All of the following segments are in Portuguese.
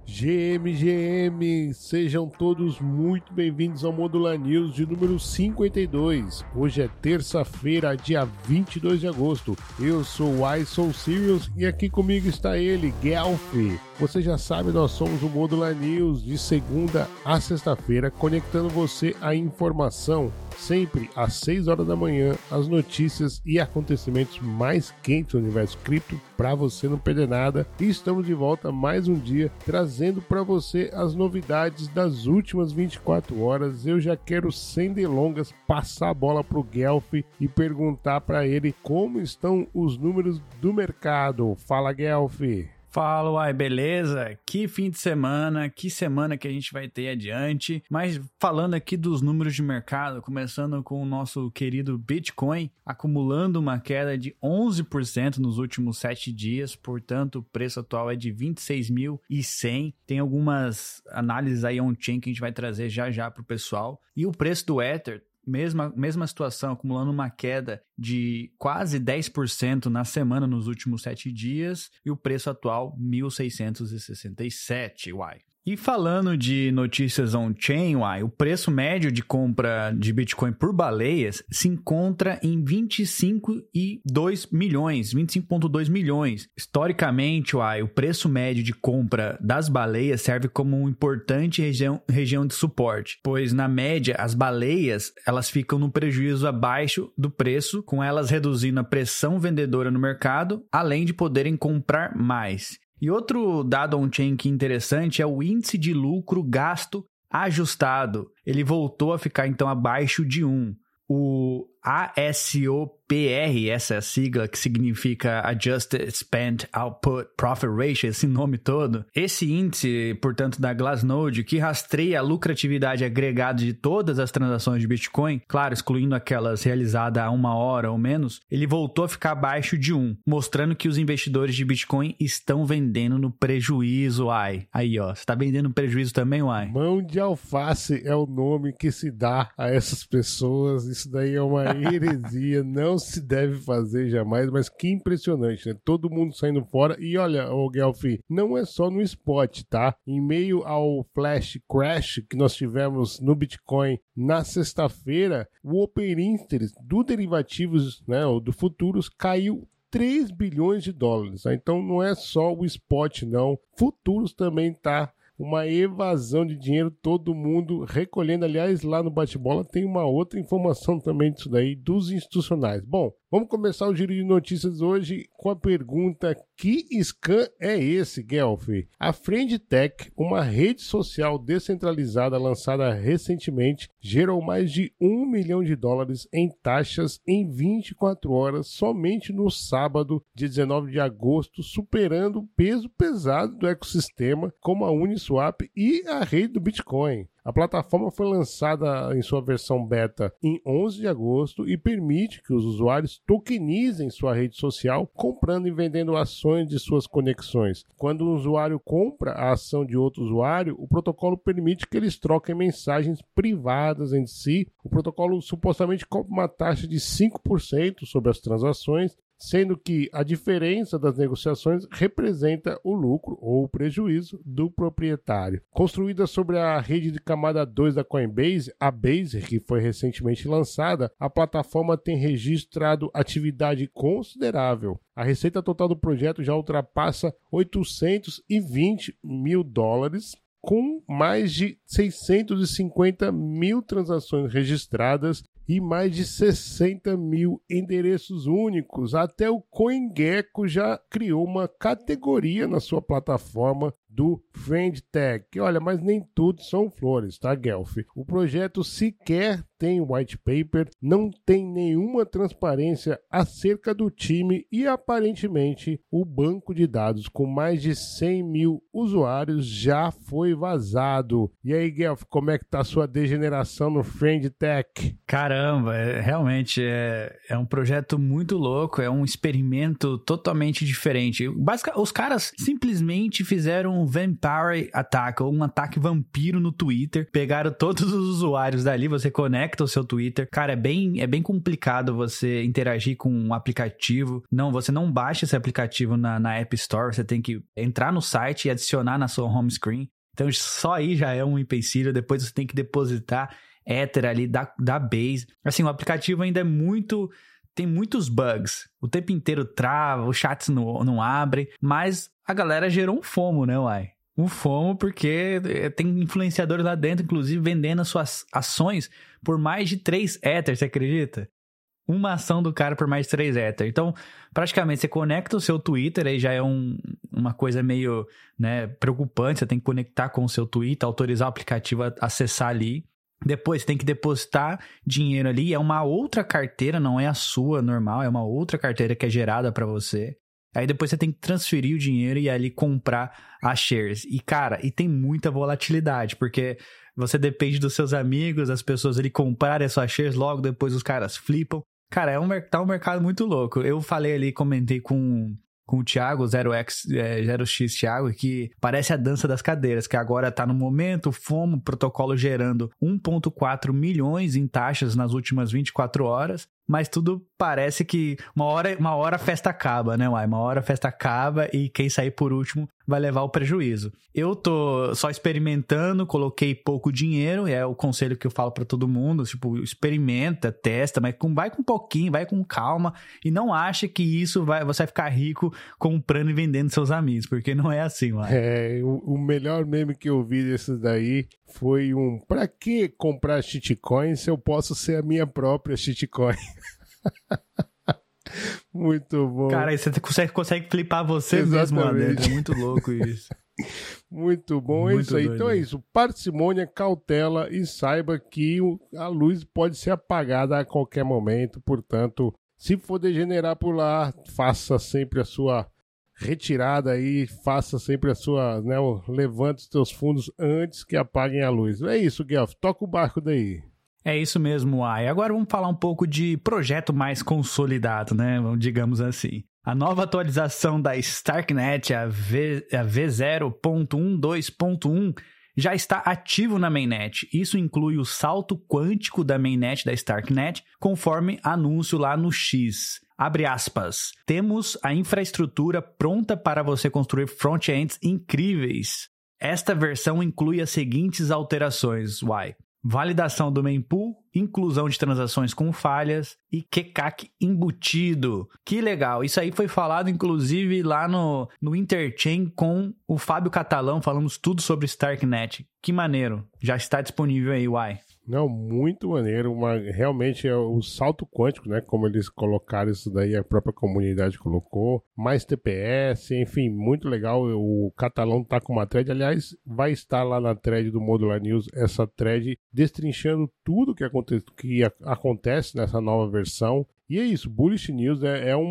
GM, sejam todos muito bem-vindos ao Modular News de número 52. Hoje é terça-feira, dia 22 de agosto. Eu sou o iSouSirius e aqui comigo está ele, Guelph. Você já sabe, nós somos o Modular News de segunda a sexta-feira, conectando você à informação sempre às 6 horas da manhã, as notícias e acontecimentos mais quentes do universo cripto para você não perder nada. E estamos de volta mais um dia trazendo para você as novidades das últimas 24 horas. Eu já quero, sem delongas, passar a bola pro Guelph e perguntar para ele como estão os números do mercado. Fala, Guelph! Fala, uai, beleza? Que fim de semana, que semana que a gente vai ter adiante. Mas falando aqui dos números de mercado, começando com o nosso querido Bitcoin, acumulando uma queda de 11% nos últimos 7 dias, portanto o preço atual é de 26.100. Tem algumas análises aí on-chain que a gente vai trazer já para o pessoal. E o preço do Ether, mesma situação, acumulando uma queda de quase 10% na semana nos últimos 7 dias, e o preço atual 1.667, uai. E falando de notícias on-chain, o preço médio de compra de Bitcoin por baleias se encontra em 25,2 milhões. Historicamente, o preço médio de compra das baleias serve como uma importante região de suporte, pois na média as baleias elas ficam no prejuízo abaixo do preço, com elas reduzindo a pressão vendedora no mercado, além de poderem comprar mais. E outro dado on-chain que é interessante é o índice de lucro gasto ajustado. Ele voltou a ficar então abaixo de 1. O ASOPR, essa é a sigla que significa Adjusted Spend Output Profit Ratio, esse nome todo. Esse índice, portanto, da Glassnode, que rastreia a lucratividade agregada de todas as transações de Bitcoin, claro, excluindo aquelas realizadas há 1 hora ou menos, ele voltou a ficar abaixo de 1, mostrando que os investidores de Bitcoin estão vendendo no prejuízo, Aí, ó, você tá vendendo no prejuízo também, Mão de alface é o nome que se dá a essas pessoas. Isso daí é uma heresia, não se deve fazer jamais, mas que impressionante, né? Todo mundo saindo fora. E olha, Guelph, não é só no spot, tá? Em meio ao flash crash que nós tivemos no Bitcoin na sexta-feira, o Open Interest do derivativos, né, ou do futuros, caiu 3 bilhões de dólares. Tá? Então não é só o spot, não. Futuros também tá uma evasão de dinheiro, todo mundo recolhendo. Aliás, lá no Bate-Bola tem uma outra informação também disso daí, dos institucionais. Bom, vamos começar o giro de notícias hoje com a pergunta: que scam é esse, Guelph? A Friendtech, uma rede social descentralizada lançada recentemente, gerou mais de $1 milhão em taxas em 24 horas somente no sábado, dia 19 de agosto, superando o peso pesado do ecossistema como a Uniswap e a rede do Bitcoin. A plataforma foi lançada em sua versão beta em 11 de agosto e permite que os usuários tokenizem sua rede social comprando e vendendo ações de suas conexões. Quando um usuário compra a ação de outro usuário, o protocolo permite que eles troquem mensagens privadas entre si. O protocolo supostamente cobra uma taxa de 5% sobre as transações, sendo que a diferença das negociações representa o lucro ou o prejuízo do proprietário. Construída sobre a rede de camada 2 da Coinbase, a Base, que foi recentemente lançada, a plataforma tem registrado atividade considerável. A receita total do projeto já ultrapassa $820 mil, com mais de 650 mil transações registradas e mais de 60 mil endereços únicos. Até o CoinGecko já criou uma categoria na sua plataforma do Friendtech. Olha, mas nem tudo são flores, tá, Guelph? O projeto sequer tem white paper, não tem nenhuma transparência acerca do time e aparentemente o banco de dados com mais de 100 mil usuários já foi vazado. E aí, Guelph, como é que tá a sua degeneração no Friendtech? Caramba, realmente é um projeto muito louco, é um experimento totalmente diferente. Os caras simplesmente fizeram um Vampire Attack, ou um ataque vampiro no Twitter. Pegaram todos os usuários dali, você conecta o seu Twitter. Cara, é bem complicado você interagir com um aplicativo. Não, você não baixa esse aplicativo na App Store, você tem que entrar no site e adicionar na sua home screen. Então só aí já é um empecilho, depois você tem que depositar Ether ali da Base. Assim, o aplicativo ainda tem muitos bugs. O tempo inteiro trava, os chats não abrem, mas a galera gerou um FOMO, né, uai? Um FOMO porque tem influenciadores lá dentro, inclusive, vendendo as suas ações por mais de 3 Ether, você acredita? Uma ação do cara por mais de 3 Ether. Então, praticamente, você conecta o seu Twitter, aí já é uma coisa meio, né, preocupante. Você tem que conectar com o seu Twitter, autorizar o aplicativo a acessar ali. Depois, você tem que depositar dinheiro ali. É uma outra carteira, não é a sua normal, é uma outra carteira que é gerada para você. Aí depois você tem que transferir o dinheiro e ali comprar as shares. E, cara, tem muita volatilidade, porque você depende dos seus amigos, as pessoas ali comprarem as suas shares, logo depois os caras flipam. Cara, tá um mercado muito louco. Eu falei ali, comentei com o Thiago, 0x Thiago, que parece a dança das cadeiras, que agora tá no momento, FOMO, protocolo gerando 1,4 milhões em taxas nas últimas 24 horas, mas tudo parece que uma hora a festa acaba, né, uai? Uma hora a festa acaba e quem sair por último vai levar o prejuízo. Eu tô só experimentando, coloquei pouco dinheiro, é o conselho que eu falo pra todo mundo, tipo, experimenta, testa, mas vai com pouquinho, vai com calma e não acha que isso você vai ficar rico comprando e vendendo seus amigos, porque não é assim, uai. O melhor meme que eu vi desses daí foi pra que comprar shitcoin se eu posso ser a minha própria shitcoin? Muito bom. Cara, aí você consegue flipar você mesmo lá dentro. É muito louco isso. Muito bom, muito é isso aí. Doido. Então é isso. Parcimônia, cautela e saiba que a luz pode ser apagada a qualquer momento. Portanto, se for degenerar por lá, faça sempre a sua retirada aí, faça sempre a sua, né, levante os teus fundos antes que apaguem a luz. É isso, Guelph. Toca o barco daí. É isso mesmo, Uai. Agora vamos falar um pouco de projeto mais consolidado, né? Digamos assim. A nova atualização da StarkNet, a V0.12.1, já está ativo na mainnet. Isso inclui o salto quântico da mainnet da StarkNet, conforme anúncio lá no X. Abre aspas. Temos a infraestrutura pronta para você construir front-ends incríveis. Esta versão inclui as seguintes alterações, Uai. Validação do mempool, inclusão de transações com falhas e KECAC embutido. Que legal! Isso aí foi falado, inclusive, lá no Interchain com o Fábio Catalão. Falamos tudo sobre StarkNet. Que maneiro! Já está disponível aí, Uai. Não, muito maneiro, realmente é o salto quântico, né, como eles colocaram isso daí, a própria comunidade colocou, mais TPS, enfim, muito legal, o Catalão tá com uma thread, aliás, vai estar lá na thread do Modular News, essa thread destrinchando tudo que acontece nessa nova versão. E é isso, Bullish News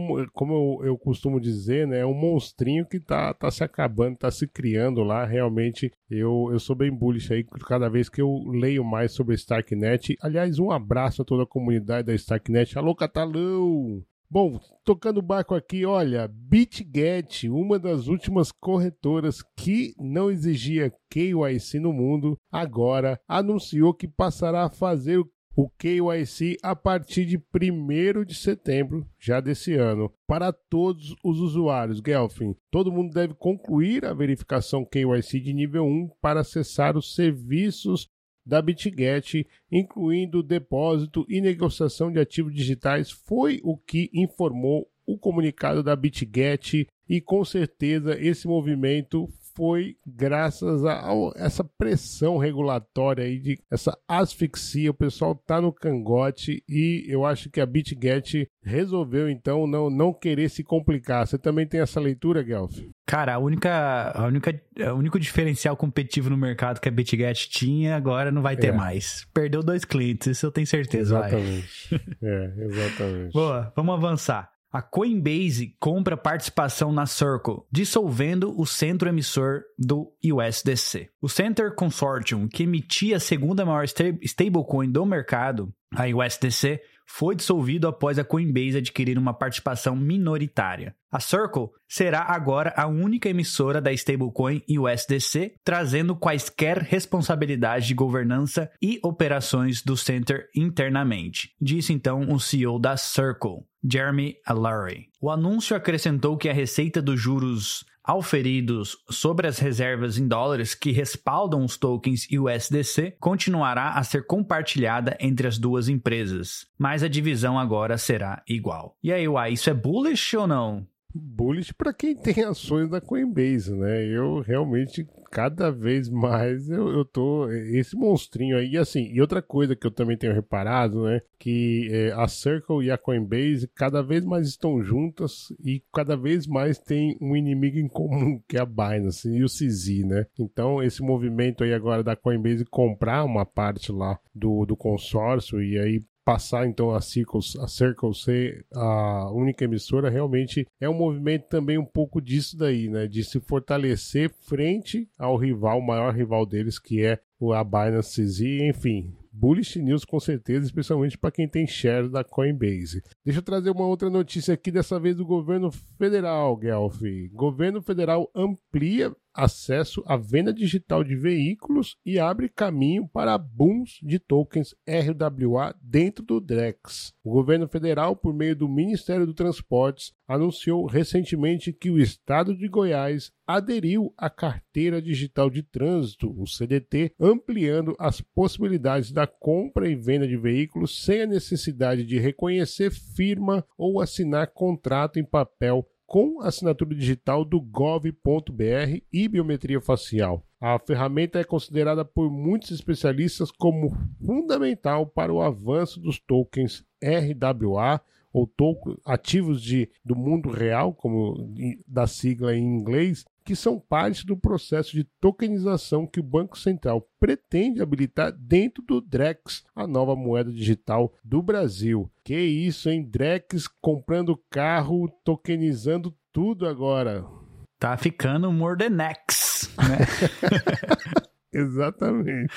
como eu costumo dizer, né, é um monstrinho que tá se acabando, tá se criando lá, realmente eu sou bem bullish aí cada vez que eu leio mais sobre a StarkNet. Aliás, um abraço a toda a comunidade da StarkNet. Alô, Catalão! Bom, tocando o barco aqui, olha, BitGet, uma das últimas corretoras que não exigia KYC no mundo, agora anunciou que passará a fazer o KYC a partir de 1º de setembro, já desse ano, para todos os usuários. Guelphin, todo mundo deve concluir a verificação KYC de nível 1 para acessar os serviços da BitGet, incluindo depósito e negociação de ativos digitais, foi o que informou o comunicado da BitGet, e com certeza esse movimento foi graças a essa pressão regulatória aí, essa asfixia. O pessoal tá no cangote e eu acho que a BitGet resolveu então não querer se complicar. Você também tem essa leitura, Guelph? Cara, o único diferencial competitivo no mercado que a BitGet tinha, agora não vai ter mais. Perdeu 2 clientes, isso eu tenho certeza. Exatamente. Exatamente. Boa, vamos avançar. A Coinbase compra participação na Circle, dissolvendo o centro emissor do USDC. O Center Consortium, que emitia a segunda maior stablecoin do mercado, a USDC, foi dissolvido após a Coinbase adquirir uma participação minoritária. A Circle será agora a única emissora da stablecoin USDC, trazendo quaisquer responsabilidades de governança e operações do Center internamente, disse então o CEO da Circle, Jeremy Allaire. O anúncio acrescentou que a receita dos juros auferidos sobre as reservas em dólares que respaldam os tokens USDC continuará a ser compartilhada entre as duas empresas, mas a divisão agora será igual. E aí, Uai, isso é bullish ou não? Bullish para quem tem ações da Coinbase, né? Eu realmente, cada vez mais, eu tô... Esse monstrinho aí, e assim, e outra coisa que eu também tenho reparado, né? Que a Circle e a Coinbase cada vez mais estão juntas e cada vez mais tem um inimigo em comum, que é a Binance e o CZ, né? Então, esse movimento aí agora da Coinbase comprar uma parte lá do consórcio e aí passar então a Circle ser a única emissora, realmente é um movimento também um pouco disso daí, né? De se fortalecer frente ao rival, o maior rival deles, que é a Binance CZ, enfim. Bullish news com certeza, especialmente para quem tem shares da Coinbase. Deixa eu trazer uma outra notícia aqui, dessa vez do governo federal, Guelph. Governo federal amplia acesso à venda digital de veículos e abre caminho para booms de tokens RWA dentro do DREX. O governo federal, por meio do Ministério do Transportes, anunciou recentemente que o estado de Goiás aderiu à Carteira Digital de Trânsito, o CDT, ampliando as possibilidades da compra e venda de veículos sem a necessidade de reconhecer firma ou assinar contrato em papel com assinatura digital do gov.br e biometria facial. A ferramenta é considerada por muitos especialistas como fundamental para o avanço dos tokens RWA, ou ativos do mundo real, como da sigla em inglês, que são parte do processo de tokenização que o Banco Central pretende habilitar dentro do DREX, a nova moeda digital do Brasil. Que isso, hein? DREX comprando carro, tokenizando tudo agora. Tá ficando more than X, né? Exatamente.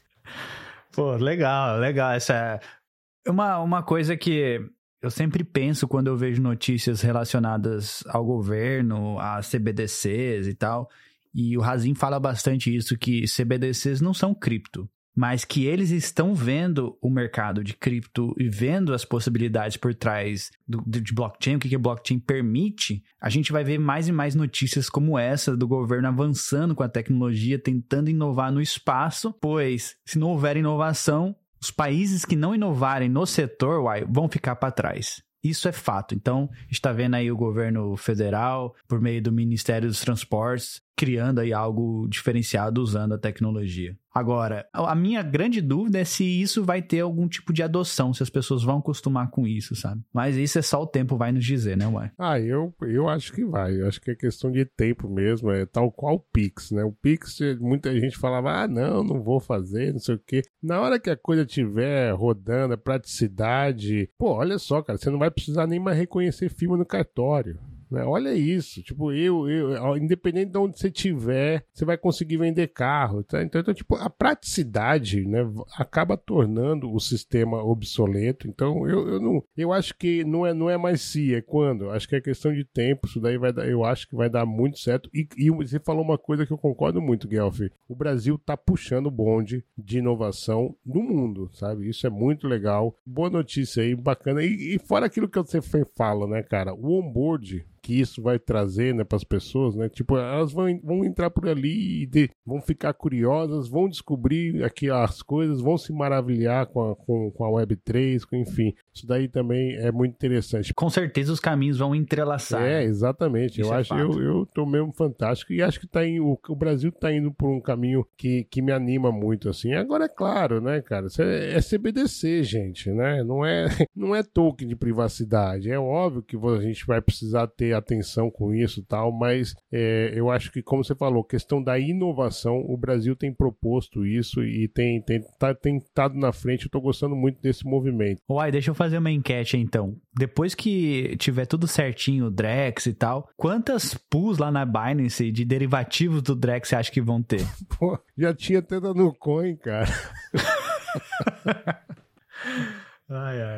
Pô, legal. Essa é uma coisa que eu sempre penso quando eu vejo notícias relacionadas ao governo, a CBDCs e tal, e o Razin fala bastante isso, que CBDCs não são cripto, mas que eles estão vendo o mercado de cripto e vendo as possibilidades por trás de blockchain, o que blockchain permite. A gente vai ver mais e mais notícias como essa do governo avançando com a tecnologia, tentando inovar no espaço, pois se não houver inovação, os países que não inovarem no setor vão ficar para trás. Isso é fato. Então, está vendo aí o governo federal, por meio do Ministério dos Transportes, criando aí algo diferenciado usando a tecnologia. Agora, a minha grande dúvida é se isso vai ter algum tipo de adoção, se as pessoas vão acostumar com isso, sabe? Mas isso é só o tempo vai nos dizer, né, uai? Eu acho que vai. Eu acho que é questão de tempo mesmo. É tal qual o Pix, né? O Pix, muita gente falava, não vou fazer, não sei o quê. Na hora que a coisa estiver rodando, a praticidade... Pô, olha só, cara, você não vai precisar nem mais reconhecer firma no cartório. Olha isso, tipo, independente de onde você estiver, você vai conseguir vender carro, tá? Então, tipo, a praticidade, né, acaba tornando o sistema obsoleto. Então, eu acho que não é mais se, é quando. Acho que é questão de tempo, isso daí eu acho que vai dar muito certo. E você falou uma coisa que eu concordo muito, Guelph. O Brasil tá puxando o bonde de inovação no mundo, sabe? Isso é muito legal. Boa notícia aí, bacana. E fora aquilo que você fala, né, cara? O onboard que isso vai trazer, né, para as pessoas, né? Tipo, elas vão entrar por ali e vão ficar curiosas, vão descobrir aqui as coisas, vão se maravilhar com a Web3, enfim. Isso daí também é muito interessante. Com certeza os caminhos vão entrelaçar. Exatamente. Eu tô mesmo fantástico e acho que o Brasil tá indo por um caminho que me anima muito, assim. Agora, é claro, né, cara, é CBDC, gente, né? Não é token de privacidade. É óbvio que a gente vai precisar ter atenção com isso e tal, mas eu acho que, como você falou, questão da inovação, o Brasil tem proposto isso e tem estado na frente. Eu tô gostando muito desse movimento. Uai, deixa eu fazer uma enquete então. Depois que tiver tudo certinho, o Drex e tal, quantas pools lá na Binance de derivativos do Drex você acha que vão ter? Pô, já tinha até dado no coin, cara. Ai.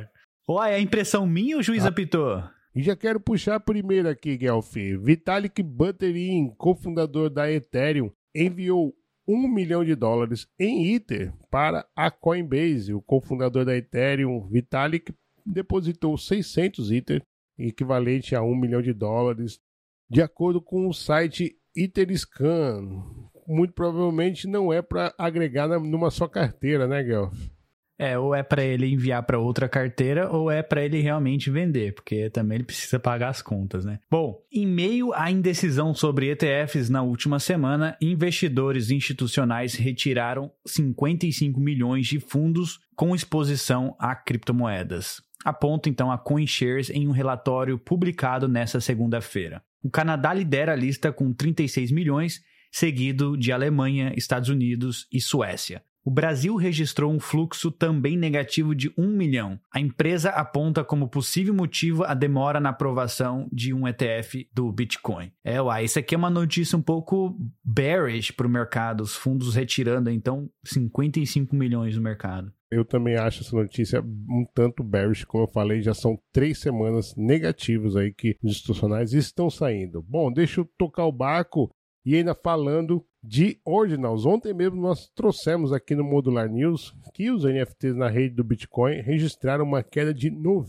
Uai, é impressão minha ou o juiz apitou? E já quero puxar primeiro aqui, Guelph. Vitalik Buterin, cofundador da Ethereum, enviou $1 milhão em Ether para a Coinbase. O cofundador da Ethereum, Vitalik, depositou 600 Ether, equivalente a $1 milhão, de acordo com o site Etherscan. Muito provavelmente não é para agregar numa só carteira, né, Guelph? Ou é para ele enviar para outra carteira ou é para ele realmente vender, porque também ele precisa pagar as contas, né? Bom, em meio à indecisão sobre ETFs na última semana, investidores institucionais retiraram 55 milhões de fundos com exposição a criptomoedas. Aponta então a CoinShares em um relatório publicado nesta segunda-feira. O Canadá lidera a lista com 36 milhões, seguido de Alemanha, Estados Unidos e Suécia. O Brasil registrou um fluxo também negativo de 1 milhão. A empresa aponta como possível motivo a demora na aprovação de um ETF do Bitcoin. Isso aqui é uma notícia um pouco bearish para o mercado, os fundos retirando então 55 milhões do mercado. Eu também acho essa notícia um tanto bearish, como eu falei, já são 3 semanas negativas aí que os institucionais estão saindo. Bom, deixa eu tocar o barco e ainda falando de Ordinals. Ontem mesmo nós trouxemos aqui no Modular News que os NFTs na rede do Bitcoin registraram uma queda de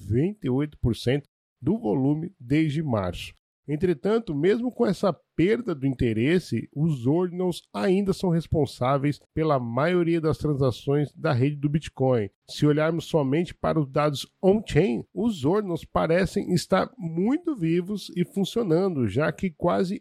98% do volume desde março. Entretanto, mesmo com essa perda do interesse, os Ordinals ainda são responsáveis pela maioria das transações da rede do Bitcoin. Se olharmos somente para os dados on-chain, os Ordinals parecem estar muito vivos e funcionando, já que quase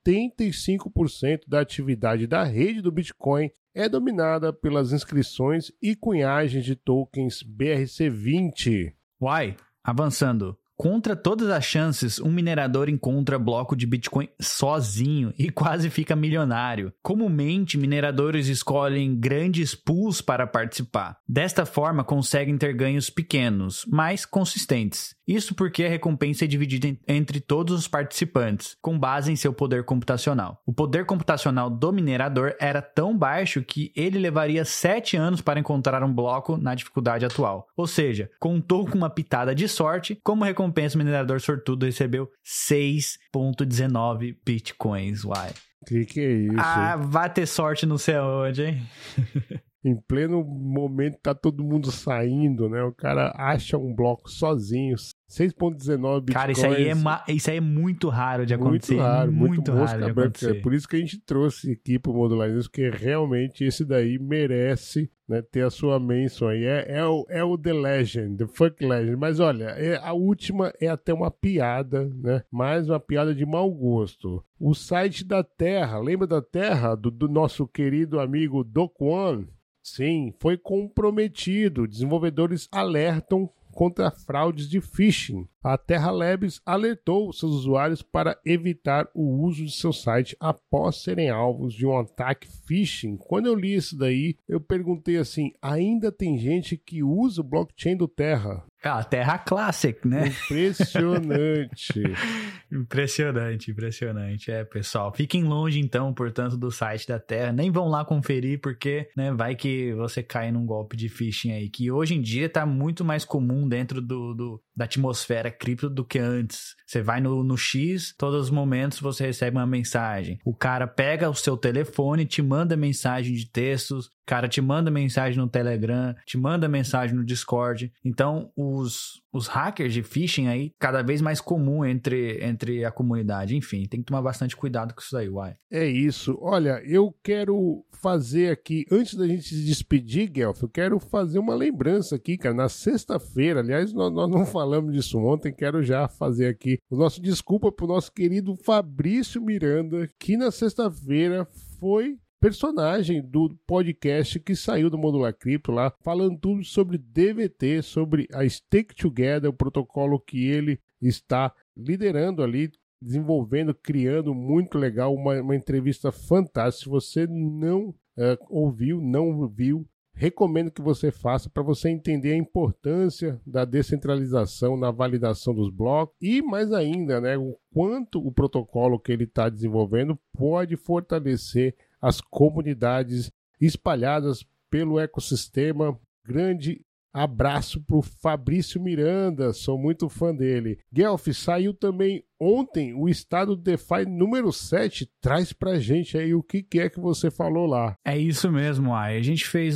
85% da atividade da rede do Bitcoin é dominada pelas inscrições e cunhagens de tokens BRC20. Avançando. Contra todas as chances, um minerador encontra bloco de Bitcoin sozinho e quase fica milionário. Comumente, mineradores escolhem grandes pools para participar. Desta forma, conseguem ter ganhos pequenos, mas consistentes. Isso porque a recompensa é dividida entre todos os participantes, com base em seu poder computacional. O poder computacional do minerador era tão baixo que ele levaria 7 anos para encontrar um bloco na dificuldade atual. Ou seja, contou com uma pitada de sorte. Como recompensa, o minerador sortudo recebeu 6,19 bitcoins. Que é isso? Vai ter sorte não sei onde, hein? Em pleno momento tá todo mundo saindo, né? O cara acha um bloco sozinho, 6,19 bitcoins. Cara, isso aí é muito raro de acontecer. Muito raro de acontecer. É por isso que a gente trouxe aqui pro Modular News, porque realmente esse daí merece, né, ter a sua mention aí. É o The Legend, The Fuck Legend. Mas olha, a última é até uma piada, né? Mais uma piada de mau gosto. O site da Terra, lembra da Terra? Do nosso querido amigo Do Kwon? Sim, foi comprometido. Desenvolvedores alertam contra fraudes de phishing. A Terra Labs alertou seus usuários para evitar o uso de seu site após serem alvos de um ataque phishing. Quando eu li isso daí, eu perguntei assim, ainda tem gente que usa o blockchain do Terra? Terra Classic, né? Impressionante. Impressionante. Pessoal, fiquem longe então, portanto, do site da Terra. Nem vão lá conferir porque, né, vai que você cai num golpe de phishing aí, que hoje em dia tá muito mais comum dentro da atmosfera cripto do que antes. Você vai no X, todos os momentos você recebe uma mensagem. O cara pega o seu telefone, te manda mensagem de textos, o cara te manda mensagem no Telegram, te manda mensagem no Discord. Então, os hackers de phishing aí, cada vez mais comum entre a comunidade. Enfim, tem que tomar bastante cuidado com isso aí, É isso. Olha, eu quero fazer aqui, antes da gente se despedir, Guelph, eu quero fazer uma lembrança aqui, cara. Na sexta-feira, aliás, nós não falamos disso ontem, quero já fazer aqui o nosso desculpa pro nosso querido Fabrício Miranda, que na sexta-feira foi personagem do podcast que saiu do Modular Cripto lá, falando tudo sobre DVT, sobre a Stake Together, o protocolo que ele está liderando ali, desenvolvendo, criando, muito legal, uma entrevista fantástica. Se você não ouviu, não viu, recomendo que você faça para você entender a importância da descentralização na validação dos blocos e mais ainda, né, o quanto o protocolo que ele está desenvolvendo pode fortalecer as comunidades espalhadas pelo ecossistema, grande Abraço pro Fabrício Miranda, sou muito fã dele. Guelph, saiu também ontem o estado do DeFi número 7, traz pra gente aí o que é que você falou lá. É isso mesmo, Ai. A gente fez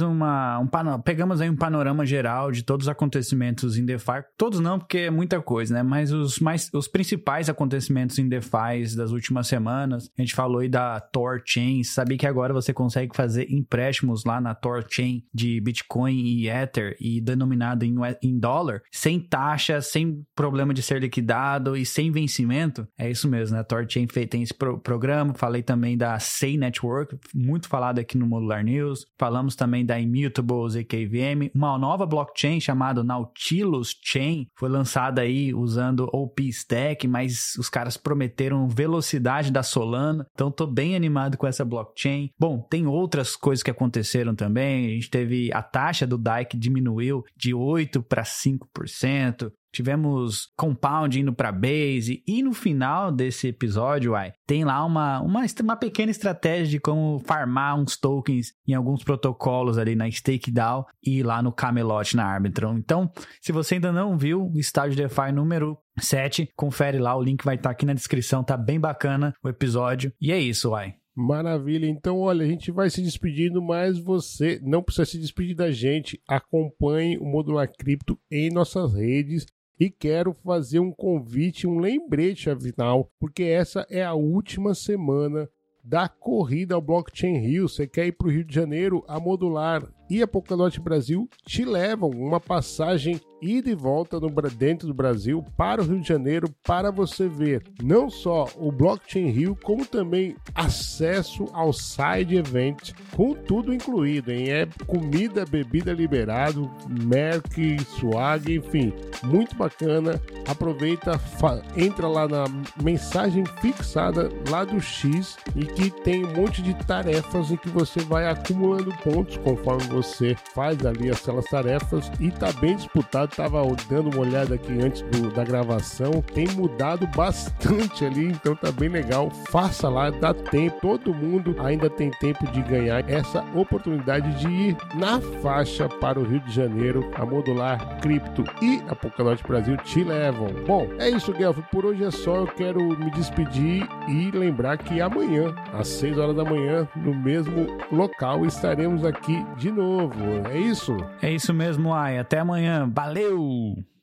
pegamos aí um panorama geral de todos os acontecimentos em DeFi, todos não, porque é muita coisa, né, mas os principais acontecimentos em DeFi das últimas semanas. A gente falou aí da THORChain, sabia que agora você consegue fazer empréstimos lá na THORChain de Bitcoin e Ether e denominado em dólar, sem taxa, sem problema de ser liquidado e sem vencimento. É isso mesmo, né? A THORChain tem esse programa. Falei também da Sei Network, muito falado aqui no Modular News. Falamos também da Immutable ZKVM, uma nova blockchain chamada Nautilus Chain, foi lançada aí usando OP Stack, mas os caras prometeram velocidade da Solana, então tô bem animado com essa blockchain. Bom, tem outras coisas que aconteceram também. A gente teve a taxa do DAI que diminuiu de 8% para 5%. Tivemos Compound indo para Base e no final desse episódio, tem lá uma pequena estratégia de como farmar uns tokens em alguns protocolos ali na StakeDAO e lá no Camelot na Arbitrum. Então, se você ainda não viu o estágio DeFi número 7, confere lá, o link vai estar aqui na descrição, tá bem bacana o episódio. E é isso, Maravilha, então olha, a gente vai se despedindo, mas você não precisa se despedir da gente, acompanhe o Modular Cripto em nossas redes. E quero fazer um convite, um lembrete afinal, porque essa é a última semana da corrida ao Blockchain Rio. Você quer ir para o Rio de Janeiro? A Modular e a Polkadot Brasil te levam uma passagem ida e volta dentro do Brasil para o Rio de Janeiro, para você ver não só o Blockchain Rio, como também acesso ao side event, com tudo incluído, hein? É comida, bebida liberado, Merc, swag, enfim, muito bacana. Aproveita, entra lá na mensagem fixada lá do X e que tem um monte de tarefas em que você vai acumulando pontos conforme você faz ali aquelas tarefas, e tá bem disputado. Tava dando uma olhada aqui antes da gravação, tem mudado bastante ali, então tá bem legal. Faça lá, dá tempo, todo mundo ainda tem tempo de ganhar essa oportunidade de ir na faixa para o Rio de Janeiro. A Modular Cripto e a Polkadot Brasil te levam. Bom, é isso, Guelph, por hoje é só. Eu quero me despedir e lembrar que amanhã, às 6 horas da manhã, no mesmo local, estaremos aqui de novo. É isso? É isso mesmo, até amanhã. Valeu!